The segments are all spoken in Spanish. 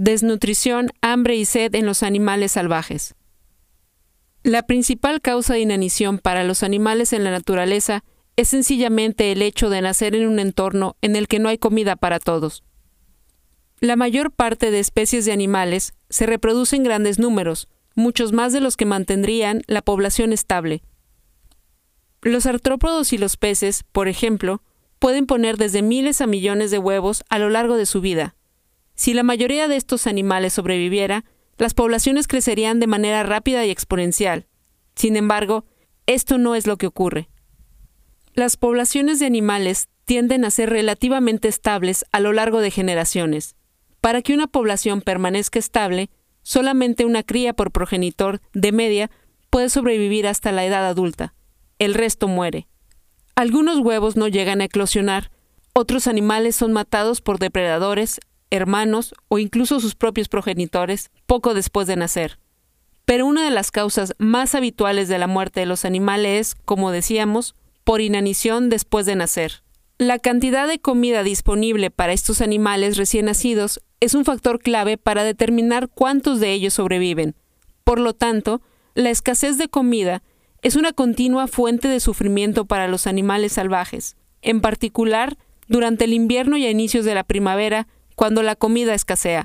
Desnutrición, hambre y sed en los animales salvajes. La principal causa de inanición para los animales en la naturaleza es sencillamente el hecho de nacer en un entorno en el que no hay comida para todos. La mayor parte de especies de animales se reproducen en grandes números, muchos más de los que mantendrían la población estable. Los artrópodos y los peces, por ejemplo, pueden poner desde miles a millones de huevos a lo largo de su vida. Si la mayoría de estos animales sobreviviera, las poblaciones crecerían de manera rápida y exponencial. Sin embargo, esto no es lo que ocurre. Las poblaciones de animales tienden a ser relativamente estables a lo largo de generaciones. Para que una población permanezca estable, solamente una cría por progenitor, de media, puede sobrevivir hasta la edad adulta. El resto muere. Algunos huevos no llegan a eclosionar, otros animales son matados por depredadores, hermanos o incluso sus propios progenitores poco después de nacer. Pero una de las causas más habituales de la muerte de los animales es, como decíamos, por inanición después de nacer. La cantidad de comida disponible para estos animales recién nacidos es un factor clave para determinar cuántos de ellos sobreviven. Por lo tanto, la escasez de comida es una continua fuente de sufrimiento para los animales salvajes, en particular durante el invierno y a inicios de la primavera, cuando la comida escasea.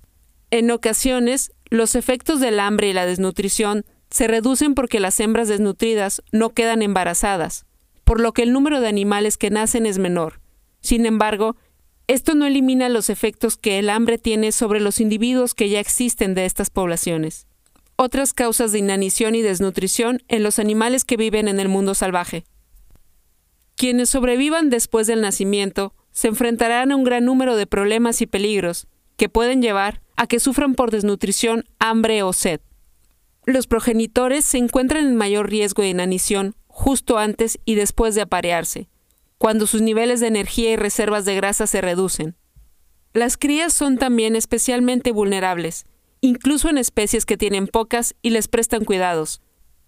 En ocasiones, los efectos del hambre y la desnutrición se reducen porque las hembras desnutridas no quedan embarazadas, por lo que el número de animales que nacen es menor. Sin embargo, esto no elimina los efectos que el hambre tiene sobre los individuos que ya existen de estas poblaciones. Otras causas de inanición y desnutrición en los animales que viven en el mundo salvaje. Quienes sobrevivan después del nacimiento se enfrentarán a un gran número de problemas y peligros que pueden llevar a que sufran por desnutrición, hambre o sed. Los progenitores se encuentran en mayor riesgo de inanición justo antes y después de aparearse, cuando sus niveles de energía y reservas de grasa se reducen. Las crías son también especialmente vulnerables, incluso en especies que tienen pocas y les prestan cuidados.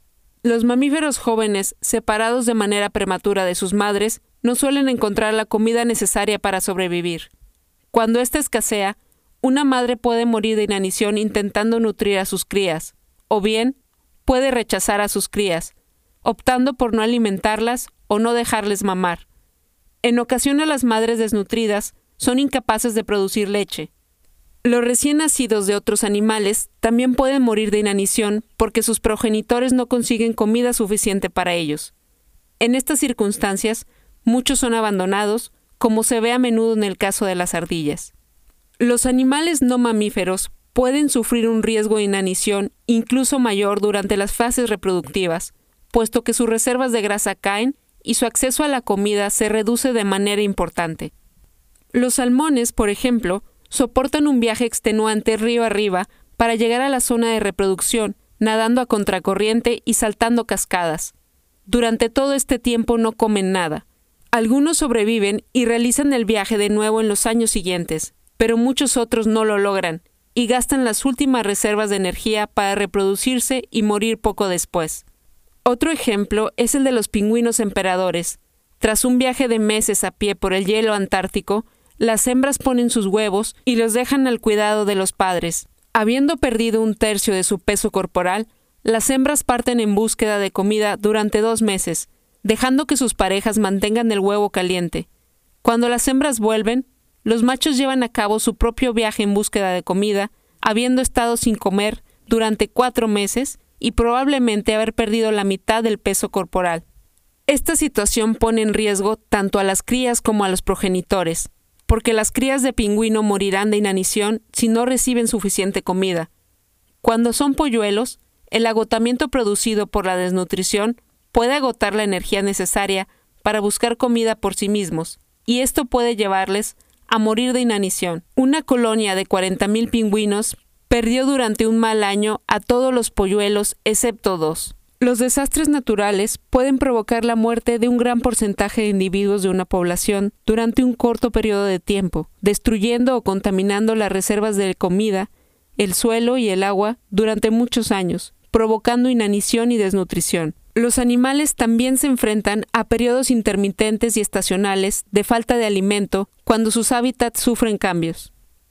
Los mamíferos jóvenes, separados de manera prematura de sus madres, no suelen encontrar la comida necesaria para sobrevivir. Cuando ésta escasea, una madre puede morir de inanición intentando nutrir a sus crías, o bien puede rechazar a sus crías, optando por no alimentarlas o no dejarles mamar. En ocasiones las madres desnutridas son incapaces de producir leche. Los recién nacidos de otros animales también pueden morir de inanición porque sus progenitores no consiguen comida suficiente para ellos. En estas circunstancias, muchos son abandonados, como se ve a menudo en el caso de las ardillas. Los animales no mamíferos pueden sufrir un riesgo de inanición incluso mayor durante las fases reproductivas, puesto que sus reservas de grasa caen y su acceso a la comida se reduce de manera importante. Los salmones, por ejemplo, soportan un viaje extenuante río arriba para llegar a la zona de reproducción, nadando a contracorriente y saltando cascadas. Durante todo este tiempo no comen nada. Algunos sobreviven y realizan el viaje de nuevo en los años siguientes, pero muchos otros no lo logran y gastan las últimas reservas de energía para reproducirse y morir poco después. Otro ejemplo es el de los pingüinos emperadores. Tras un viaje de meses a pie por el hielo antártico, las hembras ponen sus huevos y los dejan al cuidado de los padres. Habiendo perdido un tercio de su peso corporal, las hembras parten en búsqueda de comida durante 2 meses, dejando que sus parejas mantengan el huevo caliente. Cuando las hembras vuelven, los machos llevan a cabo su propio viaje en búsqueda de comida, habiendo estado sin comer durante 4 meses y probablemente haber perdido la mitad del peso corporal. Esta situación pone en riesgo tanto a las crías como a los progenitores, porque las crías de pingüino morirán de inanición si no reciben suficiente comida. Cuando son polluelos, el agotamiento producido por la desnutrición puede agotar la energía necesaria para buscar comida por sí mismos, y esto puede llevarles a morir de inanición. Una colonia de 40,000 pingüinos perdió durante un mal año a todos los polluelos excepto 2. Los desastres naturales pueden provocar la muerte de un gran porcentaje de individuos de una población durante un corto periodo de tiempo, destruyendo o contaminando las reservas de comida, el suelo y el agua durante muchos años, provocando inanición y desnutrición. Los animales también se enfrentan a periodos intermitentes y estacionales de falta de alimento cuando sus hábitats sufren cambios.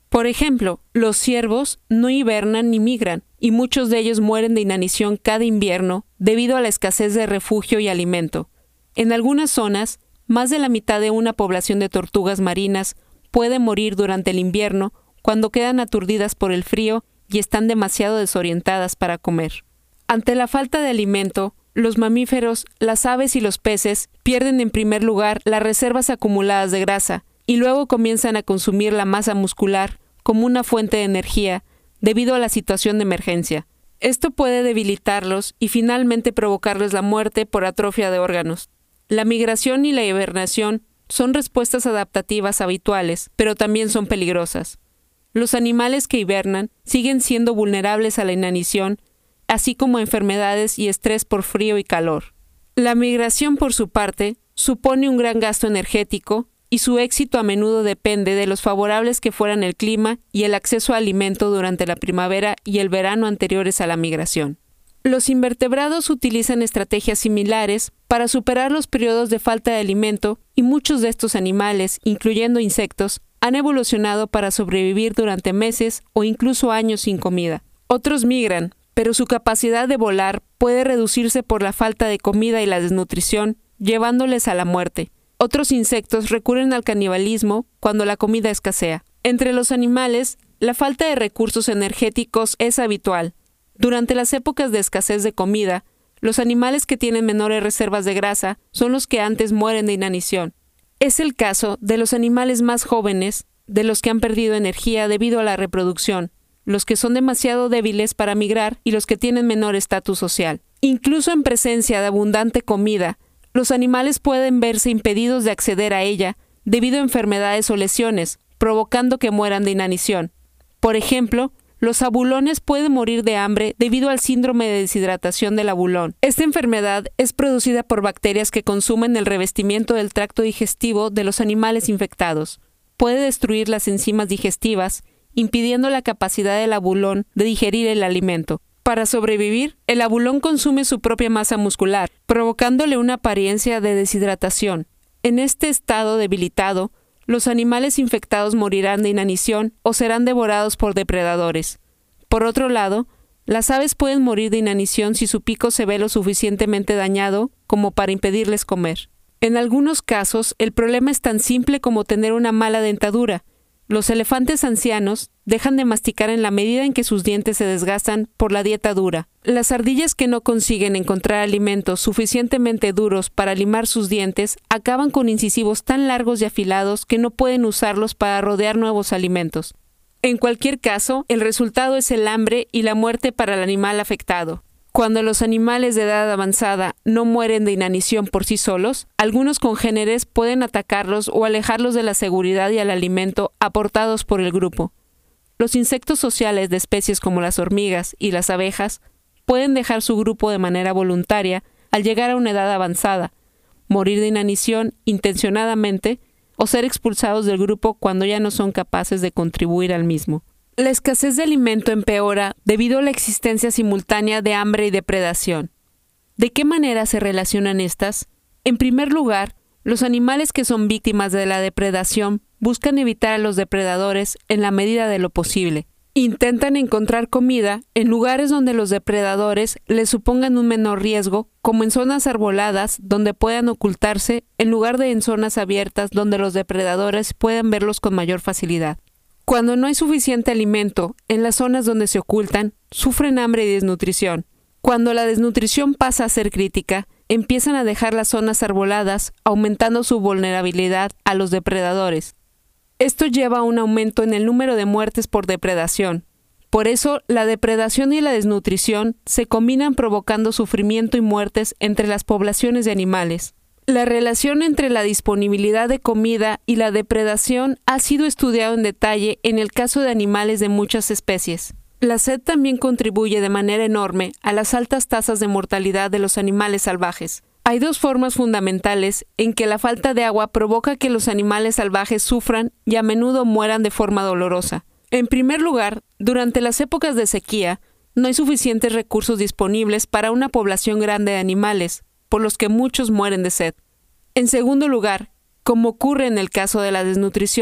Por ejemplo, los ciervos no hibernan ni migran, y muchos de ellos mueren de inanición cada invierno debido a la escasez de refugio y alimento. En algunas zonas, más de la mitad de una población de tortugas marinas puede morir durante el invierno cuando quedan aturdidas por el frío y están demasiado desorientadas para comer. Ante la falta de alimento, los mamíferos, las aves y los peces pierden en primer lugar las reservas acumuladas de grasa y luego comienzan a consumir la masa muscular como una fuente de energía debido a la situación de emergencia. Esto puede debilitarlos y finalmente provocarles la muerte por atrofia de órganos. La migración y la hibernación son respuestas adaptativas habituales, pero también son peligrosas. Los animales que hibernan siguen siendo vulnerables a la inanición, así como a enfermedades y estrés por frío y calor. La migración, por su parte, supone un gran gasto energético y su éxito a menudo depende de los favorables que fueran el clima y el acceso a alimento durante la primavera y el verano anteriores a la migración. Los invertebrados utilizan estrategias similares para superar los periodos de falta de alimento y muchos de estos animales, incluyendo insectos, han evolucionado para sobrevivir durante meses o incluso años sin comida. Otros migran, pero su capacidad de volar puede reducirse por la falta de comida y la desnutrición, llevándoles a la muerte. Otros insectos recurren al canibalismo cuando la comida escasea. Entre los animales, la falta de recursos energéticos es habitual. Durante las épocas de escasez de comida, los animales que tienen menores reservas de grasa son los que antes mueren de inanición. Es el caso de los animales más jóvenes, de los que han perdido energía debido a la reproducción, los que son demasiado débiles para migrar y los que tienen menor estatus social. Incluso en presencia de abundante comida, los animales pueden verse impedidos de acceder a ella debido a enfermedades o lesiones, provocando que mueran de inanición. Por ejemplo, los abulones pueden morir de hambre debido al síndrome de deshidratación del abulón. Esta enfermedad es producida por bacterias que consumen el revestimiento del tracto digestivo de los animales infectados. Puede destruir las enzimas digestivas, impidiendo la capacidad del abulón de digerir el alimento. Para sobrevivir, el abulón consume su propia masa muscular, provocándole una apariencia de deshidratación. En este estado debilitado, los animales infectados morirán de inanición o serán devorados por depredadores. Por otro lado, las aves pueden morir de inanición si su pico se ve lo suficientemente dañado como para impedirles comer. En algunos casos, el problema es tan simple como tener una mala dentadura. Los elefantes ancianos dejan de masticar en la medida en que sus dientes se desgastan por la dieta dura. Las ardillas que no consiguen encontrar alimentos suficientemente duros para limar sus dientes acaban con incisivos tan largos y afilados que no pueden usarlos para rodear nuevos alimentos. En cualquier caso, el resultado es el hambre y la muerte para el animal afectado. Cuando los animales de edad avanzada no mueren de inanición por sí solos, algunos congéneres pueden atacarlos o alejarlos de la seguridad y el alimento aportados por el grupo. Los insectos sociales de especies como las hormigas y las abejas pueden dejar su grupo de manera voluntaria al llegar a una edad avanzada, morir de inanición intencionadamente o ser expulsados del grupo cuando ya no son capaces de contribuir al mismo. La escasez de alimento empeora debido a la existencia simultánea de hambre y depredación. ¿De qué manera se relacionan estas? En primer lugar, los animales que son víctimas de la depredación buscan evitar a los depredadores en la medida de lo posible. Intentan encontrar comida en lugares donde los depredadores les supongan un menor riesgo, como en zonas arboladas donde puedan ocultarse, en lugar de en zonas abiertas donde los depredadores puedan verlos con mayor facilidad. Cuando no hay suficiente alimento en las zonas donde se ocultan, sufren hambre y desnutrición. Cuando la desnutrición pasa a ser crítica, empiezan a dejar las zonas arboladas, aumentando su vulnerabilidad a los depredadores. Esto lleva a un aumento en el número de muertes por depredación. Por eso, la depredación y la desnutrición se combinan provocando sufrimiento y muertes entre las poblaciones de animales. La relación entre la disponibilidad de comida y la depredación ha sido estudiado en detalle en el caso de animales de muchas especies. La sed también contribuye de manera enorme a las altas tasas de mortalidad de los animales salvajes. Hay dos formas fundamentales en que la falta de agua provoca que los animales salvajes sufran y a menudo mueran de forma dolorosa. En primer lugar, durante las épocas de sequía, no hay suficientes recursos disponibles para una población grande de animales, por los que muchos mueren de sed. En segundo lugar, como ocurre en el caso de la desnutrición,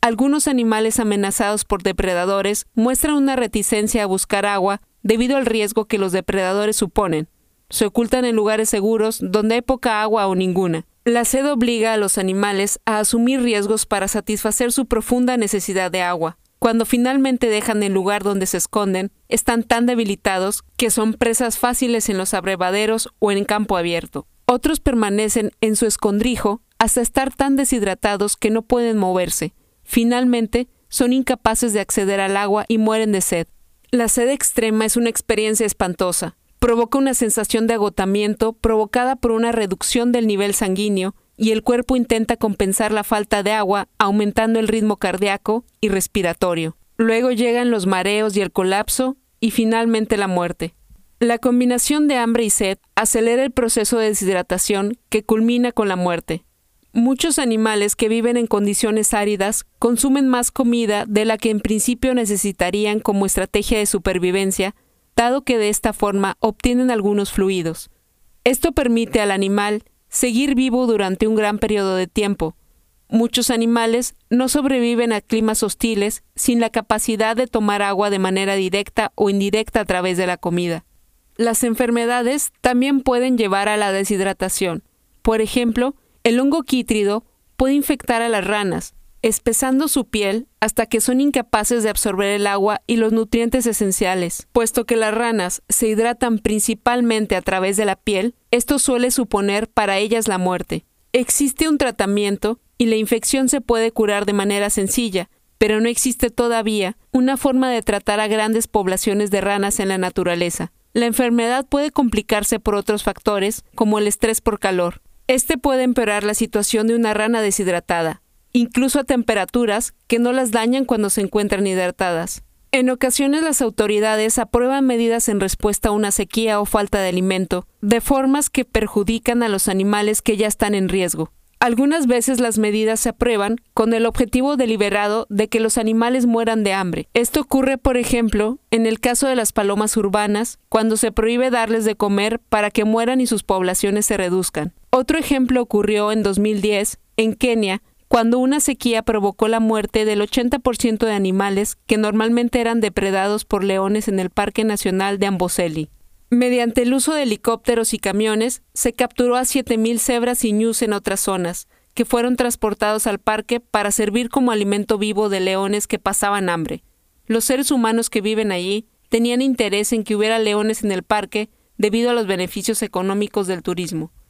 algunos animales amenazados por depredadores muestran una reticencia a buscar agua debido al riesgo que los depredadores suponen. Se ocultan en lugares seguros donde hay poca agua o ninguna. La sed obliga a los animales a asumir riesgos para satisfacer su profunda necesidad de agua. Cuando finalmente dejan el lugar donde se esconden, están tan debilitados que son presas fáciles en los abrevaderos o en campo abierto. Otros permanecen en su escondrijo hasta estar tan deshidratados que no pueden moverse. Finalmente, son incapaces de acceder al agua y mueren de sed. La sed extrema es una experiencia espantosa. Provoca una sensación de agotamiento provocada por una reducción del nivel sanguíneo y el cuerpo intenta compensar la falta de agua aumentando el ritmo cardíaco y respiratorio. Luego llegan los mareos y el colapso y finalmente la muerte. La combinación de hambre y sed acelera el proceso de deshidratación que culmina con la muerte. Muchos animales que viven en condiciones áridas consumen más comida de la que en principio necesitarían como estrategia de supervivencia, dado que de esta forma obtienen algunos fluidos. Esto permite al animal seguir vivo durante un gran periodo de tiempo. Muchos animales no sobreviven a climas hostiles sin la capacidad de tomar agua de manera directa o indirecta a través de la comida. Las enfermedades también pueden llevar a la deshidratación. Por ejemplo, el hongo quítrido puede infectar a las ranas, espesando su piel hasta que son incapaces de absorber el agua y los nutrientes esenciales. Puesto que las ranas se hidratan principalmente a través de la piel, esto suele suponer para ellas la muerte. Existe un tratamiento y la infección se puede curar de manera sencilla, pero no existe todavía una forma de tratar a grandes poblaciones de ranas en la naturaleza. La enfermedad puede complicarse por otros factores, como el estrés por calor. Este puede empeorar la situación de una rana deshidratada, incluso a temperaturas que no las dañan cuando se encuentran hidratadas. En ocasiones las autoridades aprueban medidas en respuesta a una sequía o falta de alimento, de formas que perjudican a los animales que ya están en riesgo. Algunas veces las medidas se aprueban con el objetivo deliberado de que los animales mueran de hambre. Esto ocurre, por ejemplo, en el caso de las palomas urbanas, cuando se prohíbe darles de comer para que mueran y sus poblaciones se reduzcan. Otro ejemplo ocurrió en 2010, en Kenia, cuando una sequía provocó la muerte del 80% de animales que normalmente eran depredados por leones en el Parque Nacional de Amboseli. Mediante el uso de helicópteros y camiones, se capturó a 7,000 cebras y ñus en otras zonas, que fueron transportados al parque para servir como alimento vivo de leones que pasaban hambre. Los seres humanos que viven allí tenían interés en que hubiera leones en el parque debido a los beneficios económicos del turismo.